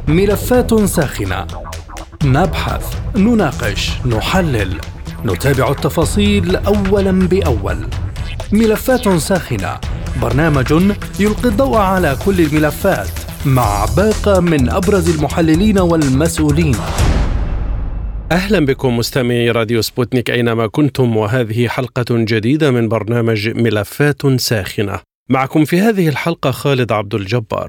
ملفات ساخنة، نبحث، نناقش، نحلل، نتابع التفاصيل أولاً بأول. ملفات ساخنة، برنامج يلقي الضوء على كل الملفات مع باقة من أبرز المحللين والمسؤولين. أهلا بكم مستمعي راديو سبوتنيك أينما كنتم، وهذه حلقة جديدة من برنامج ملفات ساخنة. معكم في هذه الحلقة خالد عبد الجبار.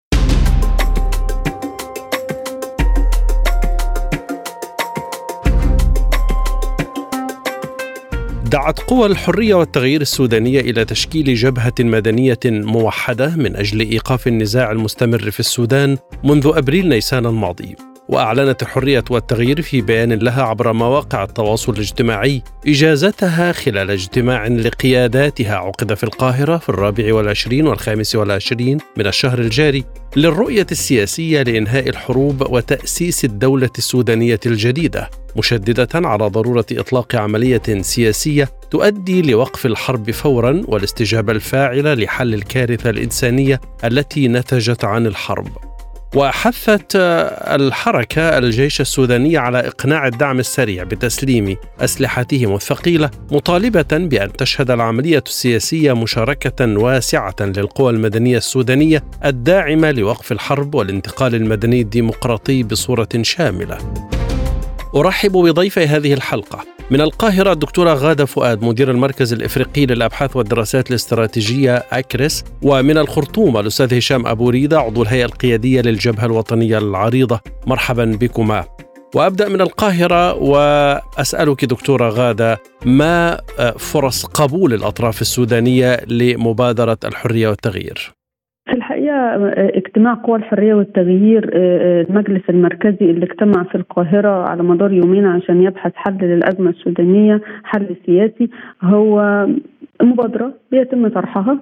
دعت قوى الحرية والتغيير السودانية إلى تشكيل جبهة مدنية موحدة من أجل إيقاف النزاع المستمر في السودان منذ أبريل نيسان الماضي. وأعلنت الحرية والتغيير في بيان لها عبر مواقع التواصل الاجتماعي إجازتها خلال اجتماع لقياداتها عقد في القاهرة في 24 و25 من الشهر الجاري للرؤية السياسية لإنهاء الحروب وتأسيس الدولة السودانية الجديدة، مشددة على ضرورة إطلاق عملية سياسية تؤدي لوقف الحرب فورا والاستجابة الفاعلة لحل الكارثة الإنسانية التي نتجت عن الحرب. وحثت الحركة الجيش السوداني على إقناع الدعم السريع بتسليم أسلحتهم الثقيلة، مطالبة بأن تشهد العملية السياسية مشاركة واسعة للقوى المدنية السودانية الداعمة لوقف الحرب والانتقال المدني الديمقراطي بصورة شاملة. أرحب بضيفي هذه الحلقة من القاهرة الدكتورة غادة فؤاد، مدير المركز الإفريقي للأبحاث والدراسات الاستراتيجية أكريس، ومن الخرطوم الأستاذ هشام أبو ريدة، عضو الهيئة القيادية للجبهة الوطنية العريضة. مرحبا بكما. وأبدأ من القاهرة وأسألك دكتورة غادة، ما فرص قبول الأطراف السودانية لمبادرة الحرية والتغيير؟ في الحقيقة اجتماع قوى الحرية والتغيير المجلس المركزي اللي اجتمع في القاهرة على مدار يومين عشان يبحث حل للأزمة السودانية، حل سياسي، هو مبادرة بيتم طرحها،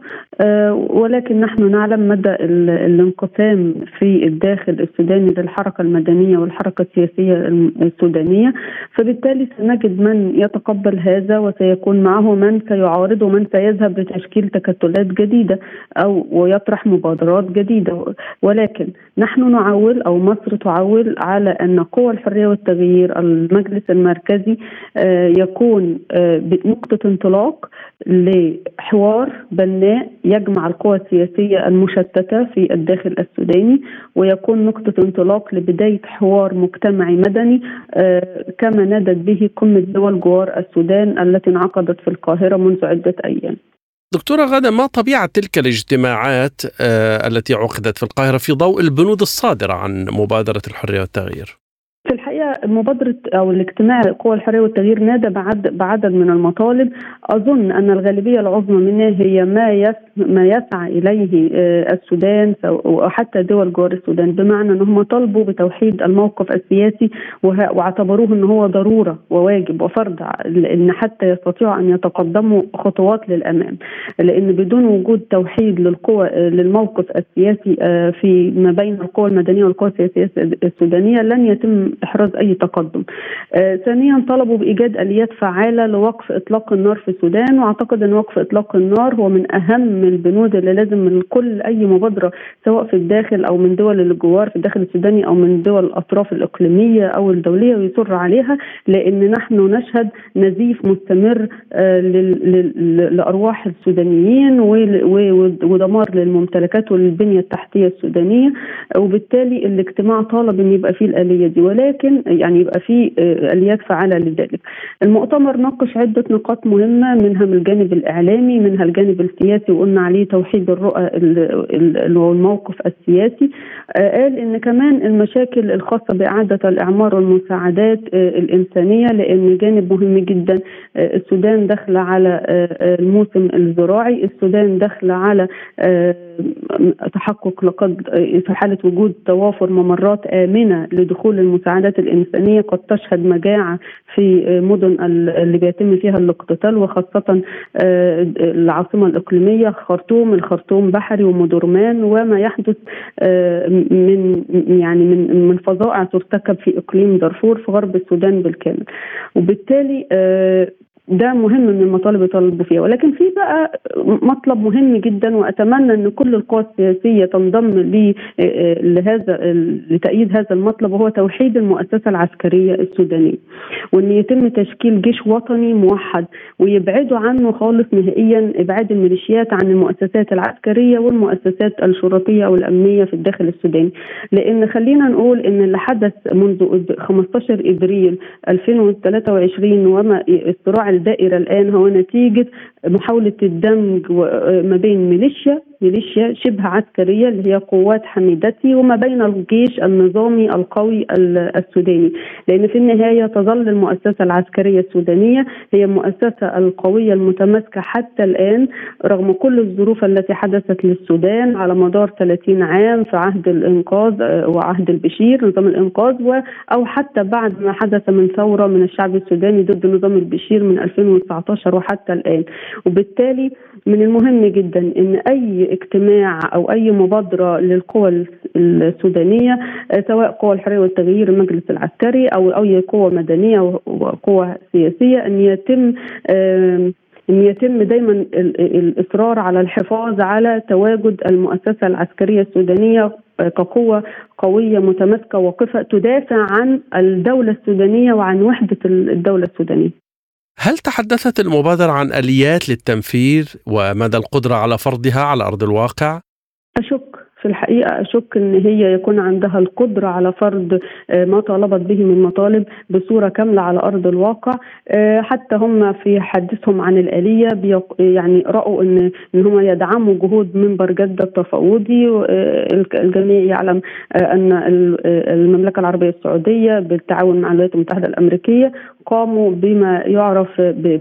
ولكن نحن نعلم مدى الانقسام في الداخل السوداني للحركة المدنية والحركة السياسية السودانية، فبالتالي سنجد من يتقبل هذا وسيكون معه من سيعارض ومن سيذهب لتشكيل تكتلات جديدة أو ويطرح مبادرات جديدة. ولكن نحن نعول أو مصر تعول على أن قوى الحرية والتغيير المجلس المركزي يكون بنقطة انطلاق لحوار بناء يجمع القوى السياسية المشتتة في الداخل السوداني، ويكون نقطة انطلاق لبداية حوار مجتمعي مدني كما نادت به قمة دول جوار السودان التي انعقدت في القاهرة منذ عدة أيام. دكتورة غادة، ما طبيعة تلك الاجتماعات التي عقدت في القاهرة في ضوء البنود الصادرة عن مبادرة الحرية والتغيير؟ في الحقيقة مبادرة أو الاجتماع قوى الحرية والتغيير نادى بعدد من المطالب. أظن أن الغالبية العظمى منها هي ما يسعى إليه السودان وحتى دول جوار السودان، بمعنى أنهم طالبوا بتوحيد الموقف السياسي واعتبروه أنه هو ضرورة وواجب وفرض إن حتى يستطيعوا أن يتقدموا خطوات للأمام، لأن بدون وجود توحيد للموقف السياسي في ما بين القوى المدنية والقوى السياسية السودانية لن يتم إحراز أي تقدم. ثانيا طلبوا بإيجاد آليات فعالة لوقف إطلاق النار في السودان، وأعتقد أن وقف إطلاق النار هو من أهم البنود اللي لازم من كل أي مبادرة سواء في الداخل أو من دول الجوار في الداخل السوداني أو من دول الأطراف الإقليمية أو الدولية ويصر عليها، لأن نحن نشهد نزيف مستمر لأرواح السودانيين ودمار للممتلكات والبنية التحتية السودانية، وبالتالي الاجتماع طالب أن يبقى فيه الآلية دي، ولكن يعني يبقى فيه آليات فعالة لذلك. المؤتمر ناقش عدة نقاط مهمة، منها من الجانب الإعلامي، منها الجانب السياسي وقلنا عليه توحيد الرؤى والموقف السياسي. قال إن كمان المشاكل الخاصة بإعادة الإعمار والمساعدات الإنسانية، لأن جانب مهم جدا. السودان داخل على الموسم الزراعي، السودان داخل على تحقق لقد في حالة وجود توافر ممرات آمنة لدخول المساعدات الإنسانية، قد تشهد مجاعة في مدن اللي بيتم فيها الاقتتال، وخاصة العاصمة الإقليمية الخرطوم بحري ومدرمان، وما يحدث من فظائع ترتكب في إقليم دارفور في غرب السودان بالكامل. وبالتالي ده مهم من المطالب يطالبوا فيها. ولكن في بقى مطلب مهم جدا، وأتمنى أن كل القوى السياسية تنضم لتأييد هذا المطلب، وهو توحيد المؤسسة العسكرية السودانية، وأن يتم تشكيل جيش وطني موحد ويبعدوا عنه خالص نهائيا إبعاد الميليشيات عن المؤسسات العسكرية والمؤسسات الشرطية أو الأمنية في الداخل السوداني. لأن خلينا نقول أن اللي حدث منذ 15 إبريل 2023 وما الصراع الدائرة الآن هو نتيجة محاولة الدمج ما بين ميليشيا شبه عسكرية اللي هي قوات حميدتي وما بين الجيش النظامي القوي السوداني. لأن في النهاية تظل المؤسسة العسكرية السودانية هي المؤسسة القوية المتماسكة حتى الآن رغم كل الظروف التي حدثت للسودان على مدار 30 عام في عهد الإنقاذ وعهد البشير نظام الإنقاذ، أو حتى بعد ما حدث من ثورة من الشعب السوداني ضد نظام البشير من 2019 وحتى الآن. وبالتالي من المهم جدا أن أي اجتماع أو أي مبادرة للقوى السودانية سواء قوى الحرية والتغيير المجلس العسكري أو أي قوى مدنية وقوى سياسية أن يتم دايما الإصرار على الحفاظ على تواجد المؤسسة العسكرية السودانية كقوة قوية متماسكة واقفة تدافع عن الدولة السودانية وعن وحدة الدولة السودانية. هل تحدثت المبادرة عن آليات للتنفيذ ومدى القدرة على فرضها على أرض الواقع؟ في الحقيقة أشك أن هي يكون عندها القدرة على فرض ما طالبت به من مطالب بصورة كاملة على أرض الواقع. حتى هم في حديثهم عن الآلية يعني رأوا أن هم يدعموا جهود منبر جدة التفاوضي. الجميع يعلم أن المملكة العربية السعودية بالتعاون مع الولايات المتحدة الأمريكية قاموا بما يعرف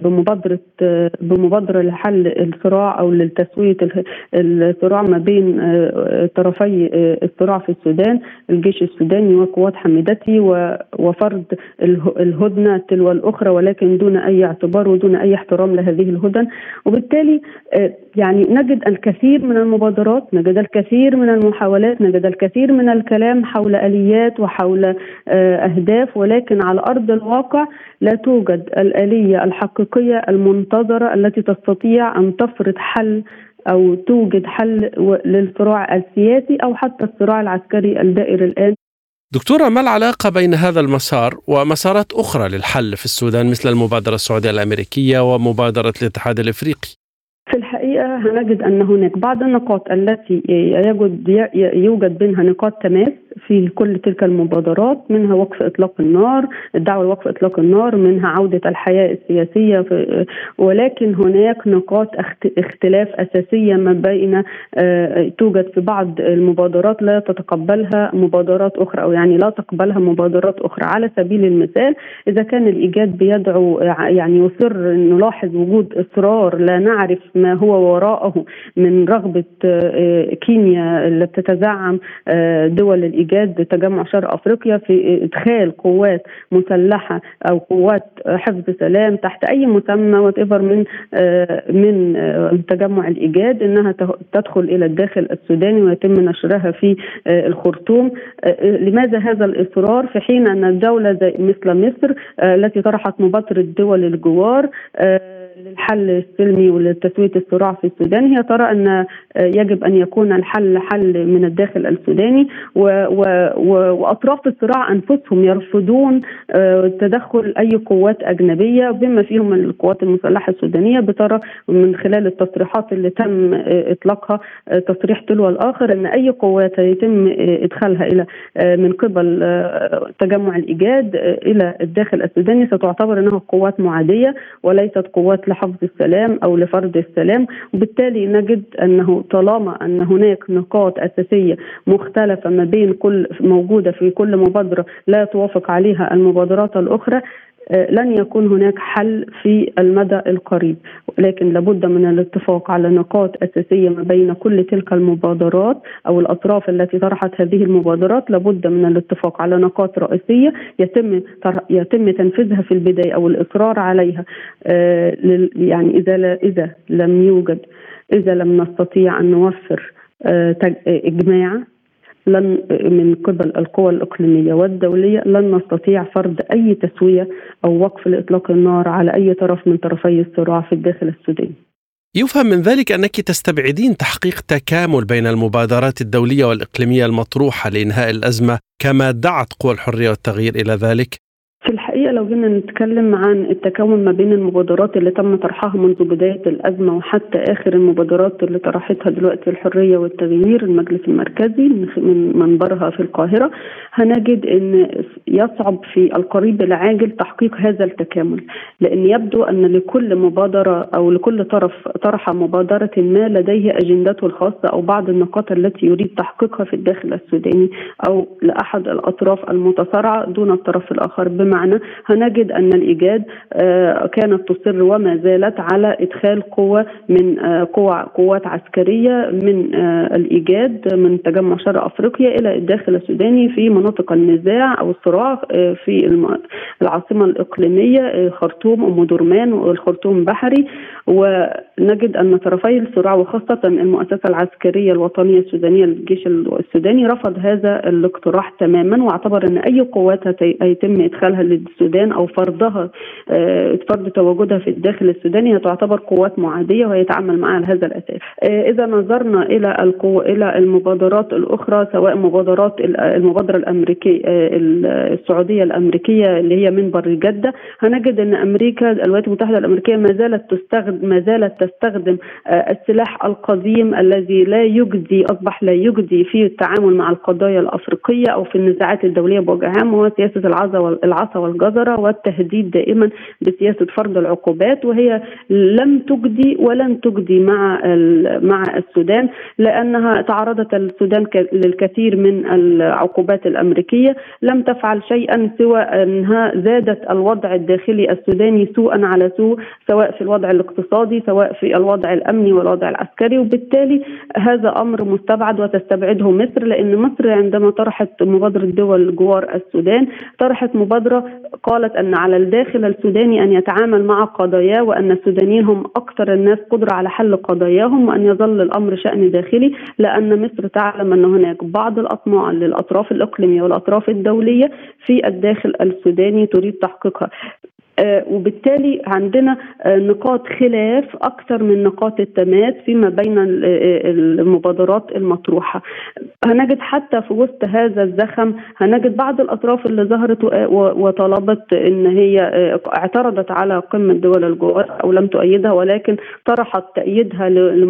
بمبادرة لحل الصراع أو للتسوية الصراع ما بين طرفي الصراع في السودان، الجيش السوداني وقوات حميدتي، وفرض الهدنة تلو الأخرى ولكن دون أي اعتبار ودون أي احترام لهذه الهدن. وبالتالي يعني نجد الكثير من المبادرات، نجد الكثير من المحاولات، نجد الكثير من الكلام حول آليات وحول أهداف، ولكن على أرض الواقع لا توجد الآلية الحقيقية المنتظرة التي تستطيع أن تفرض حل أو توجد حل للصراع السياسي أو حتى الصراع العسكري الدائر الآن. دكتورة، ما العلاقة بين هذا المسار ومسارات أخرى للحل في السودان مثل المبادرة السعودية الأمريكية ومبادرة الاتحاد الإفريقي؟ في الحقيقة هنجد أن هناك بعض النقاط التي يوجد بينها نقاط تماس في كل تلك المبادرات، منها وقف إطلاق النار، الدعوة لوقف إطلاق النار، منها عودة الحياة السياسية، ولكن هناك نقاط اختلاف أساسية ما بين توجد في بعض المبادرات لا تتقبلها مبادرات أخرى أو يعني لا تقبلها مبادرات أخرى. على سبيل المثال إذا كان الإيجاد بيدعو يعني يصر نلاحظ وجود إصرار لا نعرف ما هو وراءه من رغبة كينيا التي تتزعم دول الإيجاد تجمع شرق أفريقيا في إدخال قوات مسلحة أو قوات حفظ سلام تحت أي مسمى whatever من تجمع الإيجاد إنها تدخل إلى الداخل السوداني ويتم نشرها في الخرطوم. لماذا هذا الإصرار في حين أن الدولة مثل مصر التي طرحت مبادرة دول الجوار للحل السلمي ولتسوية الصراع في السودان هي ترى أن يجب أن يكون الحل حل من الداخل السوداني، وأطراف الصراع أنفسهم يرفضون تدخل أي قوات أجنبية بما فيهم القوات المسلحة السودانية. بترى من خلال التصريحات اللي تم إطلاقها تصريح تلو الآخر أن أي قوات يتم إدخالها إلى من قبل تجمع الإيجاد إلى الداخل السوداني ستعتبر أنها قوات معادية وليست قوات لحفظ السلام أو لفرض السلام. وبالتالي نجد أنه طالما أن هناك نقاط أساسية مختلفة ما بين موجودة في كل مبادرة لا توافق عليها المبادرات الأخرى لن يكون هناك حل في المدى القريب، لكن لابد من الاتفاق على نقاط أساسية ما بين كل تلك المبادرات أو الأطراف التي طرحت هذه المبادرات. لابد من الاتفاق على نقاط رئيسية يتم تنفيذها في البداية أو الإصرار عليها. يعني إذا لم نستطيع أن نوفر إجماع من قبل القوى الإقليمية والدولية لن نستطيع فرض أي تسوية أو وقف لإطلاق النار على أي طرف من طرفي الصراع في الداخل السوداني. يفهم من ذلك أنك تستبعدين تحقيق تكامل بين المبادرات الدولية والإقليمية المطروحة لإنهاء الأزمة كما دعت قوى الحرية والتغيير إلى ذلك؟ في الحقيقة لو جينا نتكلم عن التكامل ما بين المبادرات اللي تم طرحها منذ بداية الأزمة وحتى آخر المبادرات اللي طرحتها دلوقتي الحرية والتغيير المجلس المركزي من منبرها في القاهرة، هنجد أن يصعب في القريب العاجل تحقيق هذا التكامل، لأن يبدو أن لكل مبادرة أو لكل طرف طرح مبادرة ما لديه أجندته الخاصة أو بعض النقاط التي يريد تحقيقها في الداخل السوداني أو لأحد الأطراف المتصارعة دون الطرف الآخر. بمعنى هنجد أن الإيجاد كانت تصر وما زالت على إدخال قوة من قوات عسكرية من الإيجاد من تجمع شرق أفريقيا إلى الداخل السوداني في مناطق النزاع أو الصراع في العاصمة الإقليمية خرطوم أم درمان والخرطوم بحري. ونجد أن طرفي الصراع وخاصة المؤسسة العسكرية الوطنية السودانية الجيش السوداني رفض هذا الاقتراح تماما، واعتبر أن أي قوات يتم إدخالها للسودان أو فرض تواجدها في الداخل السوداني تعتبر قوات معادية ويتعامل معها على هذا الأساس. إذا نظرنا إلى المبادرات الأخرى سواء المبادرة الأمريكية السعودية الأمريكية اللي هي منبر جدة، هنجد أن أمريكا الولايات المتحدة الأمريكية ما زالت تستخدم السلاح القديم الذي أصبح لا يجدي في التعامل مع القضايا الأفريقية أو في النزاعات الدولية بوجه عام، وهو سياسة العصا والجزرة والتهديد دائما بسياسة فرض العقوبات، وهي لم تجدي ولن تجدي مع السودان، لأنها تعرضت السودان للكثير من العقوبات الأمريكية لم تفعل شيئا سوى أنها زادت الوضع الداخلي السوداني سوءا على سوء، سواء في الوضع الاقتصادي سواء في الوضع الأمني والوضع العسكري. وبالتالي هذا أمر مستبعد وتستبعده مصر، لأن مصر عندما طرحت مبادرة دول جوار السودان طرحت مبادرة قالت أن على الداخل السوداني أن يتعامل مع قضاياه، وأن السودانيين هم أكثر الناس قدرة على حل قضاياهم، وأن يظل الأمر شأن داخلي، لأن مصر تعلم أن هناك بعض الأطماع للأطراف الإقليمية والأطراف الدولية في الداخل السوداني تريد تحقيقها. وبالتالي عندنا نقاط خلاف أكثر من نقاط التماس فيما بين المبادرات المطروحة. هنجد حتى في وسط هذا الزخم هنجد بعض الأطراف اللي ظهرت وطلبت إن هي اعترضت على قمة دول الجوار أو لم تؤيدها، ولكن طرحت تأييدها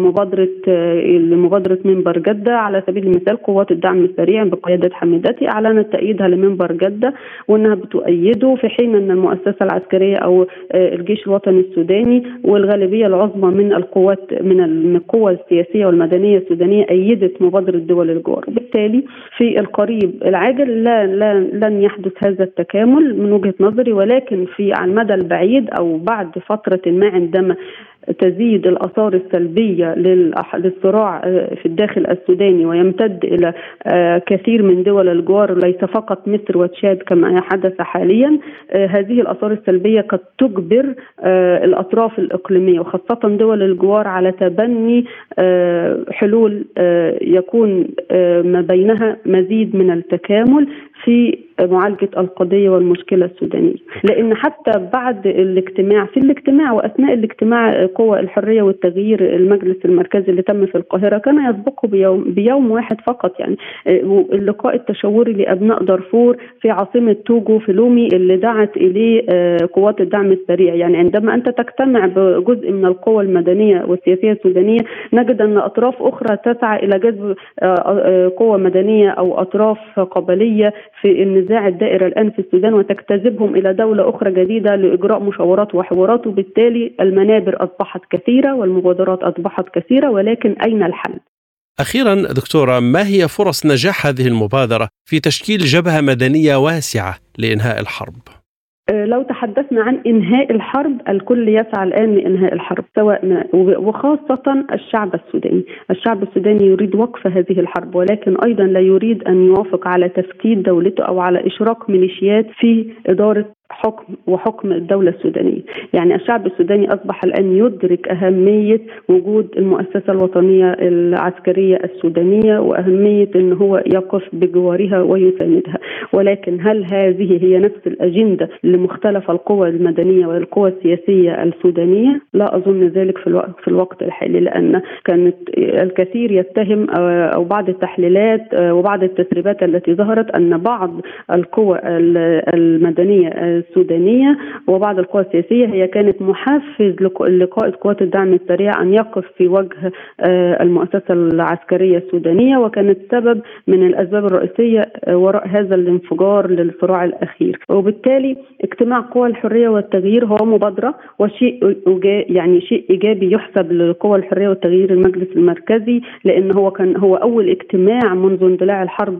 لمبادرة منبر جدة. على سبيل المثال قوات الدعم السريع بقيادة حميدتي أعلنت تأييدها لمنبر جدة وأنها بتؤيده، في حين أن المؤسسة العسكرية أو الجيش الوطني السوداني والغالبية العظمى من القوات من القوى السياسية والمدنية السودانية أيدت مبادرة دول الجوار. بالتالي في القريب العاجل لن يحدث هذا التكامل من وجهة نظري، ولكن على المدى البعيد أو بعد فترة ما عندما تزيد الآثار السلبية للصراع في الداخل السوداني ويمتد إلى كثير من دول الجوار ليس فقط مصر وتشاد كما حدث حاليا، هذه الآثار السلبية قد تجبر الأطراف الإقليمية وخاصة دول الجوار على تبني حلول يكون ما بينها مزيد من التكامل في معالجة القضية والمشكلة السودانية. لأن حتى بعد الاجتماع وأثناء الاجتماع قوى الحرية والتغيير المجلس المركزي اللي تم في القاهرة كان يسبقه بيوم واحد فقط، يعني اللقاء التشاوري لأبناء دارفور في عاصمة توجو في لومي اللي دعت إليه قوات الدعم السريع. يعني عندما أنت تجتمع بجزء من القوى المدنية والسياسية السودانية نجد أن أطراف أخرى تسعى إلى جذب قوى مدنية أو أطراف قبلية في النزاع الدائر الآن في السودان وتجتذبهم إلى دولة أخرى جديدة لإجراء مشاورات وحوارات، وبالتالي المنابر أصبحت كثيرة والمبادرات أصبحت كثيرة، ولكن أين الحل؟ أخيرا دكتورة، ما هي فرص نجاح هذه المبادرة في تشكيل جبهة مدنية واسعة لإنهاء الحرب؟ لو تحدثنا عن إنهاء الحرب، الكل يسعى الآن لإنهاء الحرب، سواء وخاصة الشعب السوداني. الشعب السوداني يريد وقف هذه الحرب، ولكن أيضا لا يريد أن يوافق على تفكيك دولته أو على إشراك ميليشيات في إدارة حكم الدولة السودانية. يعني الشعب السوداني أصبح الآن يدرك أهمية وجود المؤسسة الوطنية العسكرية السودانية وأهمية أن هو يقف بجوارها ويساندها. ولكن هل هذه هي نفس الأجندة لمختلف القوى المدنية والقوى السياسية السودانية؟ لا أظن ذلك في الوقت الحالي، لأن كانت الكثير يتهم أو بعض التحليلات وبعض التسريبات التي ظهرت أن بعض القوى المدنية السودانية وبعض القوى السياسية هي كانت محفز لقائد قوات الدعم السريع أن يقف في وجه المؤسسة العسكرية السودانية، وكانت سبب من الأسباب الرئيسية وراء هذا الانفجار للصراع الأخير. وبالتالي اجتماع قوى الحرية والتغيير هو مبادرة وشيء شيء إيجابي يحسب لقوى الحرية والتغيير المجلس المركزي، لأن هو أول اجتماع منذ اندلاع الحرب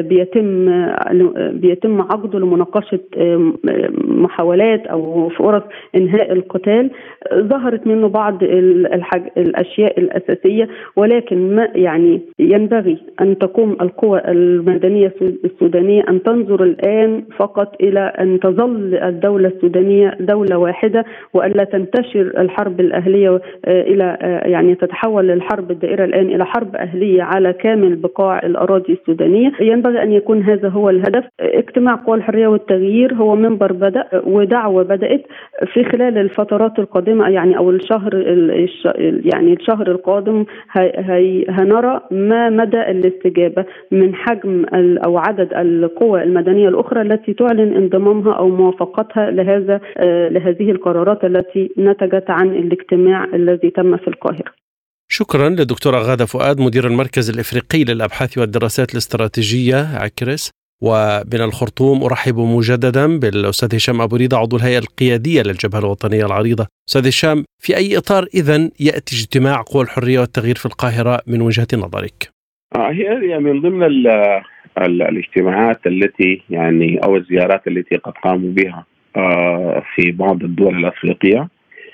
بيتم عقده لمناقشة محاولات أو فرص إنهاء القتال. ظهرت منه بعض الأشياء الأساسية، ولكن ما ينبغي أن تقوم القوى المدنية السودانية أن تنظر الآن فقط إلى أن تظل الدولة السودانية دولة واحدة، وألا تنتشر الحرب الأهلية إلى تتحول الحرب الدائرة الآن إلى حرب أهلية على كامل بقاع الأراضي السودانية. ينبغي أن يكون هذا هو الهدف. اجتماع قوى الحرية والتغيير هو منبر بدأ ودعوة بدأت في خلال الفترات القادمة، أو الشهر القادم هنرى ما مدى الاستجابة من حجم أو عدد القوى المدنية الأخرى التي تعلن انضمامها أو موافقتها لهذه القرارات التي نتجت عن الاجتماع الذي تم في القاهرة. شكرا للدكتورة غادة فؤاد، مدير المركز الإفريقي للأبحاث والدراسات الاستراتيجية عكرس. ومن الخرطوم أرحب مجددا بالأستاذ هشام أبو ريدة، عضو الهيئة القيادية للجبهة الوطنية العريضة. أستاذ هشام، في أي إطار إذن يأتي اجتماع قوى الحرية والتغيير في القاهرة من وجهة نظرك؟ هي من ضمن الاجتماعات التي أو الزيارات التي قد قاموا بها في بعض الدول الأفريقية،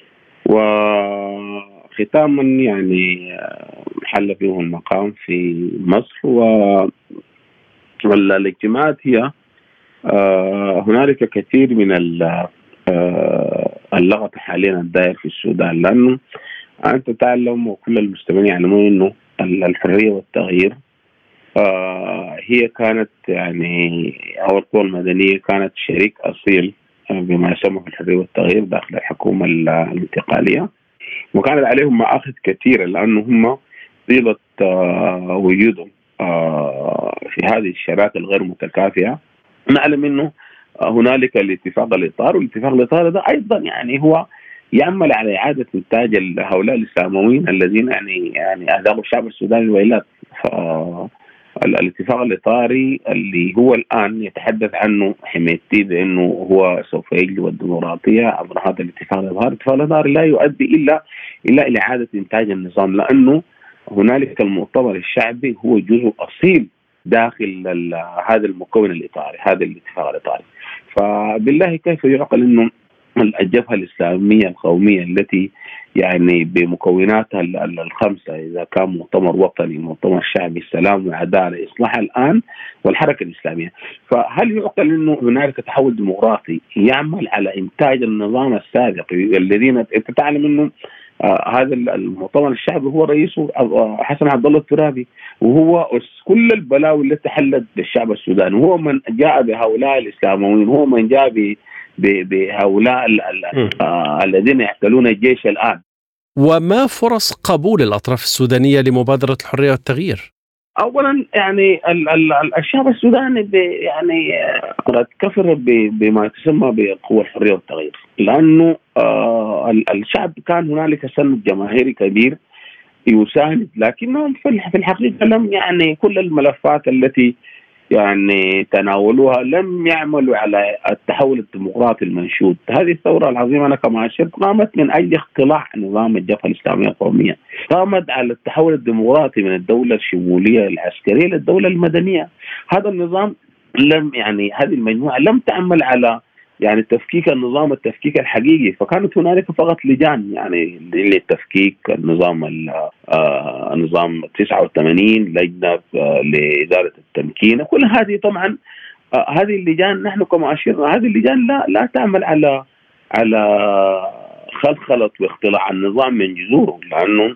وختاما حل فيه المقام في مصر. والاجتماعات هي هنالك كثير من اللغط حاليا الدائر في السودان، لأنه أنت تعلم وكل المستمعين يعلمون أنه الحرية والتغيير هي كانت أو القوى المدنية كانت شريك أصيل بما يسمى الحرية والتغيير داخل الحكومة الانتقالية، وكانت عليهم مآخذ كثيرة لأنه هم طيلة وجودهم في هذه الشراكة الغير متكافئة. نعلم أنه هنالك الاتفاق الإطار، والاتفاق الإطار ده أيضا هو يعمل على إعادة إنتاج هؤلاء الإسلامويين الذين أذاقوا الشعب السوداني الويلات. فالاتفاق الإطاري اللي هو الآن يتحدث عنه حميدتي بأنه هو سوف يجلب الديمقراطية عبر هذا الاتفاق الإطاري لا يؤدي إلا إلى إعادة إنتاج النظام، لأنه هنالك المؤتمر الشعبي هو جزء أصيل داخل هذا المكون الإطاري، هذا الاتفاق الإطاري. فبالله كيف يعقل أنه الجبهة الإسلامية القومية التي بمكوناتها الخمسة، إذا كان مؤتمر وطني، مؤتمر شعبي، السلام وعدالة، إصلاح الآن، والحركة الإسلامية، فهل يعقل أنه هنالك تحول ديمقراطي يعمل على إنتاج النظام السابق الذين تعلم أنه هذا المؤتمر الشعبي هو رئيسه حسن عبد الله الترابي، وهو كل البلاوي التي حلت بالشعب السوداني، وهو من جاء بهؤلاء الإسلاميين، هو من جاء بهؤلاء الذين يحتلون الجيش الآن. وما فرص قبول الأطراف السودانية لمبادرة الحرية والتغيير؟ أولا الشعب السوداني قد كفر بما يسمى بقوى الحرية والتغيير، لأنه الشعب كان هنالك سند جماهيري كبير يساند، لكنهم في الحقيقة لم كل الملفات التي تناولوها لم يعملوا على التحول الديمقراطي المنشود. هذه الثورة العظيمة أنا كما أشرت قامت من أجل اختلاع نظام الجبهة الإسلامية القومية، قامت على التحول الديمقراطي من الدولة الشمولية العسكرية للدولة المدنية. هذا النظام لم هذه المجموعة لم تعمل على يعني تفكيك النظام التفكيك الحقيقي. فكانت هنالك فقط لجان يعني للتفكيك النظام، النظام 89 لجنة لإدارة التمكين. كل هذه طبعا هذه اللجان نحن كما أشرنا هذه اللجان لا تعمل على خلخلة واختلاع النظام من جذوره، لأنه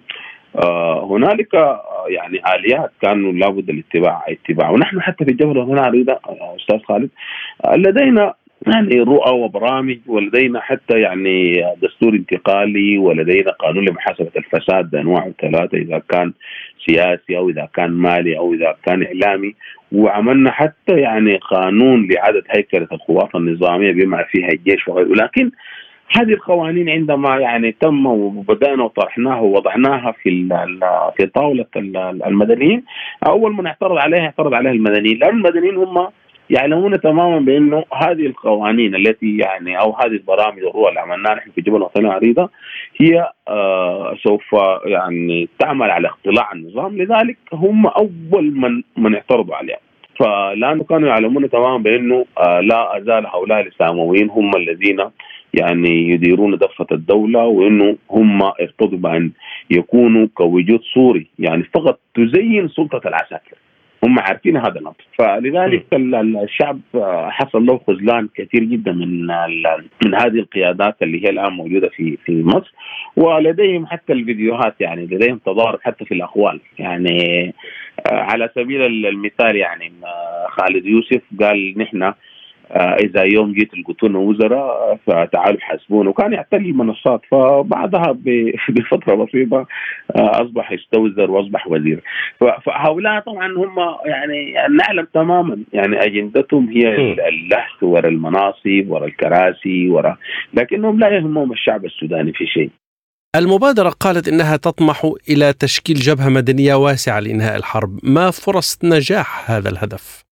هنالك يعني آليات كانوا لابد الاتباع. ونحن حتى في الجبهة الوطنية العريضة أستاذ خالد لدينا يعني رؤى وبرامج، ولدينا حتى يعني دستور انتقالي، ولدينا قانون لمحاسبة الفساد بأنواعه الثلاثة، إذا كان سياسي أو إذا كان مالي أو إذا كان إعلامي. وعملنا حتى يعني قانون لإعادة هيكلة القوات النظامية بما فيها الجيش وغيره. لكن هذه القوانين عندما يعني تم وبدأنا وطرحناها ووضعناها في طاولة المدنيين، أول من اعترض عليها المدنيين، لأن المدنيين هم يعلمون تماما بأنه هذه القوانين التي يعني أو هذه البرامج الرؤى اللي عملناها نحن في الجبهة الوطنية العريضة هي سوف يعني تعمل على اختلاع النظام. لذلك هم أول من اعترضوا عليها، فلأنه كانوا يعلمون تماما بأنه لا أزال هؤلاء الإسلامويين هم الذين يعني يديرون دفة الدولة، وإنه هم ارتضوا بأن يكونوا كوجود صوري يعني فقط تزين سلطة العساكر. هم عارفين هذا الأمر، فلذلك الشعب حصل له خذلان كثير جدا من هذه القيادات اللي هي الآن موجودة في مصر. ولديهم حتى الفيديوهات، يعني لديهم تضارب حتى في الأقوال. يعني على سبيل المثال يعني خالد يوسف قال نحن إذا يوم جيت لقيتونا وزراء فتعالوا حاسبونا، وكان يعتل المنصات. فبعدها بفترة بسيطة أصبح يستوزر وأصبح وزير. فهؤلاء طبعا هم يعني نعلم تماما يعني أجندتهم هي اللهث وراء المناصب وراء الكراسي لكنهم لا يهمهم الشعب السوداني في شيء. المبادرة قالت إنها تطمح إلى تشكيل جبهة مدنية واسعة لإنهاء الحرب. ما فرص نجاح هذا الهدف؟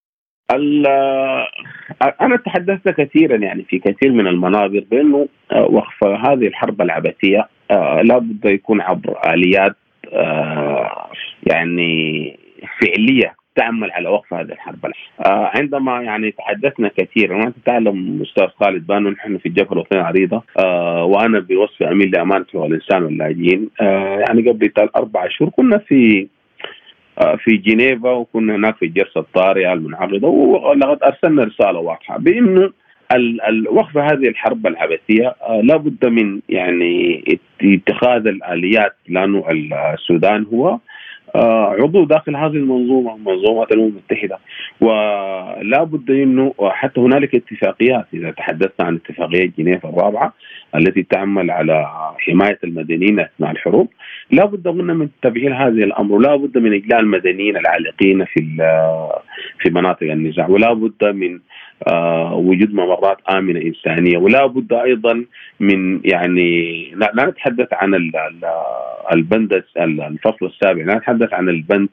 أنا تحدثت كثيرا يعني في كثير من المنابر بأنه وقف هذه الحرب العبثية لا بد يكون عبر آليات يعني فعلية تعمل على وقف هذه الحرب. عندما يعني تحدثنا كثيرا، وأنت تعلم أستاذ خالد بأنه نحن في الجبهة الوطنية العريضة وأنا بوصف أمين لأمانة الإنسان واللاجئين يعني قبل 4 شهور كنا في جنيفا، وكنا هناك في الجلسة الطارئة المنعقدة، ولقد أرسلنا رسالة واضحة بأنه وقف هذه الحرب العبثية لابد من يعني اتخاذ الآليات، لأنه السودان هو عضو داخل هذه المنظومة، منظومة الأمم المتحدة، ولا بد انه حتى هنالك اتفاقيات. اذا تحدثنا عن اتفاقية جنيف الرابعة التي تعمل على حماية المدنيين اثناء الحروب، لا بد من تفعيل هذه الامر، ولا بد من اجلاء المدنيين العالقين في مناطق النزاع، ولا بد من وجود ممرات آمنة إنسانية، ولا بد أيضا من يعني لا نتحدث عن البند الفصل السابع، لا نتحدث عن البند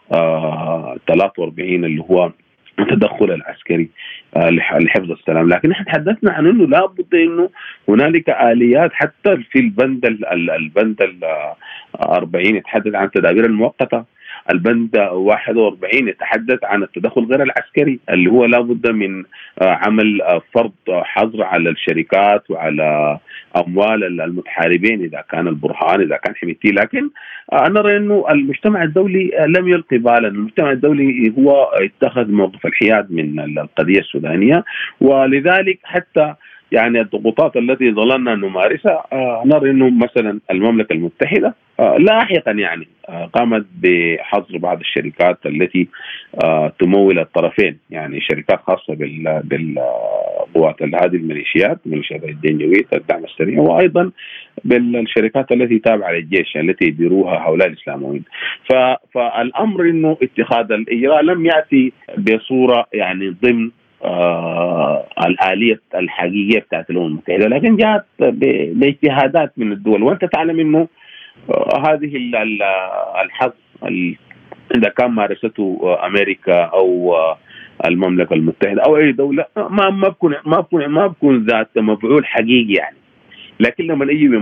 43 اللي هو التدخل العسكري لحفظ السلام، لكن نحن تحدثنا عن انه لا بد انه هنالك آليات حتى في البند 40 يتحدث عن التدابير المؤقتة، البند 41 يتحدث عن التدخل غير العسكري اللي هو لا بد من عمل فرض حظر على الشركات وعلى أموال المتحاربين إذا كان البرهان إذا كان حميتي. لكن نرى أنه المجتمع الدولي لم يلقي بالا، المجتمع الدولي هو اتخذ موقف الحياد من القضية السودانية، ولذلك حتى يعني الضغوطات التي ظللنا نمارسها نرى أنه مثلا المملكة المتحدة لاحقا يعني قامت بحظر بعض الشركات التي تمول الطرفين، يعني شركات خاصة بالقوات هذه الميليشيات الدنجوية الدعم السريع، وأيضا بالشركات التي تابعة للجيش التي يديروها هؤلاء الإسلاميين. فالأمر أنه اتخاذ الإجراء لم يأتي بصورة يعني ضمن الآلية الحقيقية بتاعت الأمم المتحدة، لكن جاءت باجتهادات من الدول. وأنت تعلم أنه هذه الحظ إذا كان مارسته أمريكا أو المملكة المتحدة أو أي دولة ما بكون ذات مفعول حقيقي يعني، لكن لما يجي من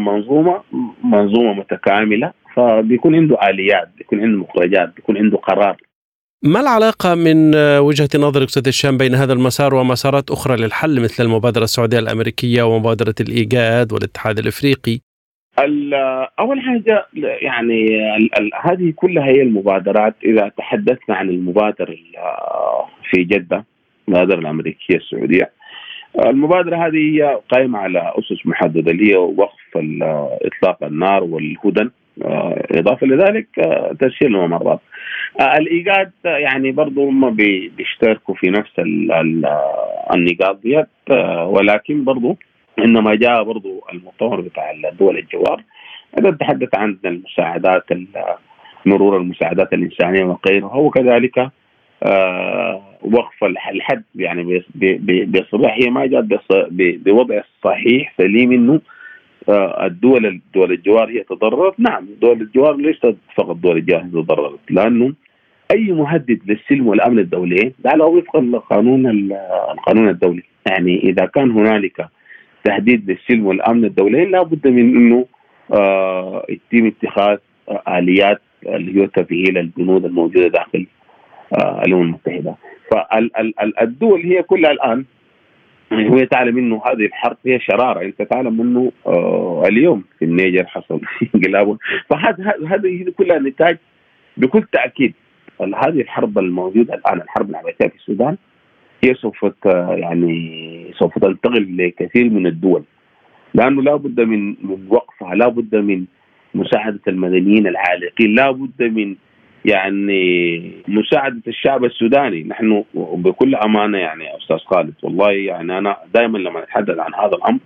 منظومة متكاملة فبيكون عنده آليات، بيكون عنده مخرجات، بيكون عنده قرار. ما العلاقة من وجهة نظرك أستاذ هشام بين هذا المسار ومسارات أخرى للحل مثل المبادرة السعودية الأمريكية ومبادرة الإيجاد والاتحاد الإفريقي؟ أول حاجة يعني هذه كلها هي المبادرات. إذا تحدثنا عن المبادرة في جدة، المبادرة الأمريكية السعودية، المبادرة هذه هي قائمة على أسس محددة اللي هي وقف إطلاق النار والهدن، إضافة لذلك تسهيل الممرات. الإيجاد يعني برضو هم بيشتركوا في نفس النقاط ديت، ولكن برضو إنما جاء برضو المؤتمر بتاع الدول الجوار إذا تحدث عن المساعدات، مرور المساعدات الإنسانية وغيرها، وكذلك وقف الحد يعني بصراحة هي ما جاءت بوضع صحيح سليم إنه الدول الجوار هي تضررت. نعم، دول الجوار ليست فقط دول الجوار تضررت، لأنه أي مهدد للسلم والأمن الدولي ده على وفق القانون الدولي. يعني إذا كان هنالك تهديد للسلم والأمن الدولي لا بد من إنه يتم اتخاذ آليات اللي هي تفعيل الجنود الموجودة داخل الأمم المتحدة. فالدول هي كلها الآن هي تعلم إنه هذه الحرب هي شرارة. أنت تعلم إنه اليوم في النيجر حصل انقلاب، فهذه كلها نتاج بكل تأكيد. هذه الحرب الموجودة الآن، الحرب العباسية في السودان، هي سوف تنتقل لكثير من الدول، لأنه لا بد من وقفها، لا بد من مساعدة المدنيين العالقين، لا بد من يعني مساعدة الشعب السوداني. نحن بكل أمانة يعني أستاذ خالد، والله يعني أنا دائما لما أتحدث عن هذا الأمر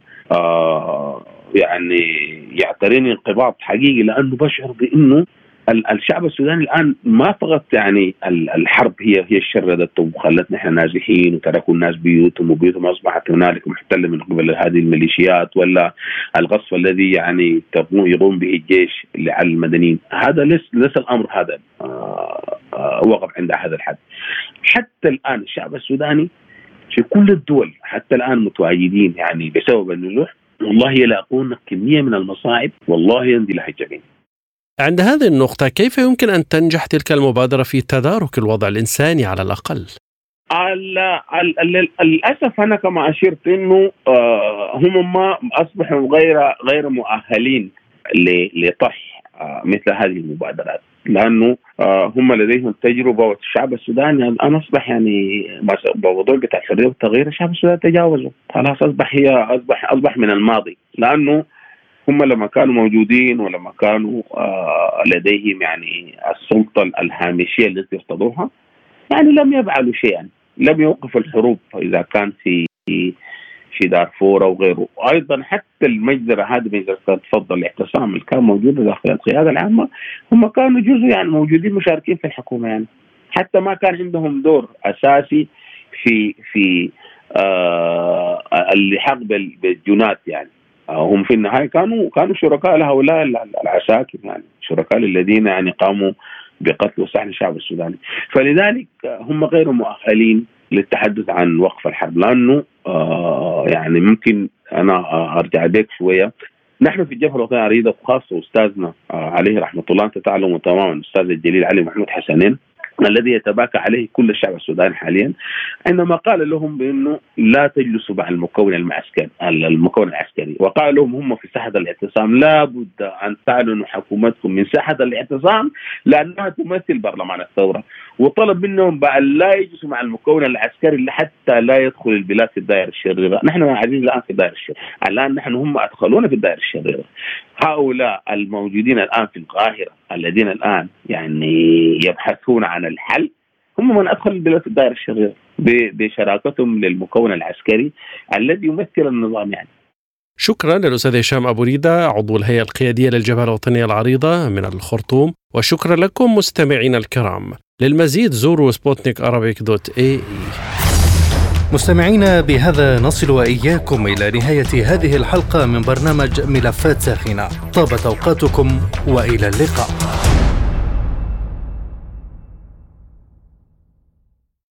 يعني يعتريني انقباض حقيقي، لأنه بشعر بأنه الشعب السوداني الآن ما فقط يعني الحرب هي شردته وخلتنا احنا نازحين وتركوا الناس بيوتهم وبيوتهم أصبحت هنالك محتلة من قبل هذه الميليشيات، ولا الغصب الذي يعني يقوم به الجيش على المدنيين. هذا ليس الأمر هذا وقف عند هذا الحد. حتى الآن الشعب السوداني في كل الدول حتى الآن متواجدين يعني بسبب النزوح، والله يلاقون كمية من المصاعب والله يندي لها الجبين. عند هذه النقطة كيف يمكن أن تنجح تلك المبادرة في تدارك الوضع الإنساني على الأقل؟ للأسف أنا كما أشرت إنه هم ما أصبحوا غير مؤهلين لطرح مثل هذه المبادرات، لأنه هم لديهم تجربة، والشعب السوداني الآن أصبح يعني موضوع بتاع الحرية والتغيير الشعب السوداني تجاوزه خلاص، أصبح من الماضي. لأنه هم لما كانوا موجودين ولما كانوا لديهم يعني السلطة الهامشية التي يرتضوها، يعني لم يفعلوا شيئا، لم يوقفوا الحروب إذا كان في دارفور أو غيره. أيضا حتى المجزرة هذه مجزرة تفضل الاعتصام اللي كان موجودة داخل القيادة العامة، هم كانوا جزء يعني موجودين مشاركين في الحكومة، يعني حتى ما كان عندهم دور أساسي في اللحاق بالجنات. يعني هم في النهاية كانوا شركاء لهؤلاء العساكر، يعني شركاء الذين يعني قاموا بقتل وسحل الشعب السوداني. فلذلك هم غير مؤهلين للتحدث عن وقف الحرب، لأنه يعني ممكن أنا أرجع بيك شوية. نحن في الجبهة الوطنية العريضة وخاصة أستاذنا عليه رحمة الله، أنت تعلم تماما الأستاذ الجليل علي محمود حسنين الذي يتباكى عليه كل الشعب السوداني حاليا، عندما قال لهم بأنه لا تجلسوا مع المكون العسكري، وقال لهم هم في ساحة الاعتصام لا بد أن تعلنوا حكومتكم من ساحة الاعتصام لأنها تمثل برلمان الثورة، وطلب منهم بأن لا يجلسوا مع المكون العسكري حتى لا يدخل البلاد في الدائرة الشريرة. نحن قاعدين الآن في الدائرة الشريرة، الآن نحن هم أدخلونا في الدائرة الشريرة. هؤلاء الموجودين الآن في القاهرة الذين الآن يعني يبحثون عن الحل هم من أدخل البلاد في الدائرة الشريرة بشراكتهم للمكون العسكري الذي يمثل النظام. يعني شكرا للأستاذ هشام أبو ريدة، عضو الهيئة القيادية للجبهة الوطنية العريضة من الخرطوم، وشكرا لكم مستمعين الكرام. للمزيد زوروا sputnikarabic.ae. مستمعينا، بهذا نصل وإياكم إلى نهاية هذه الحلقة من برنامج ملفات ساخنة. طابت أوقاتكم وإلى اللقاء.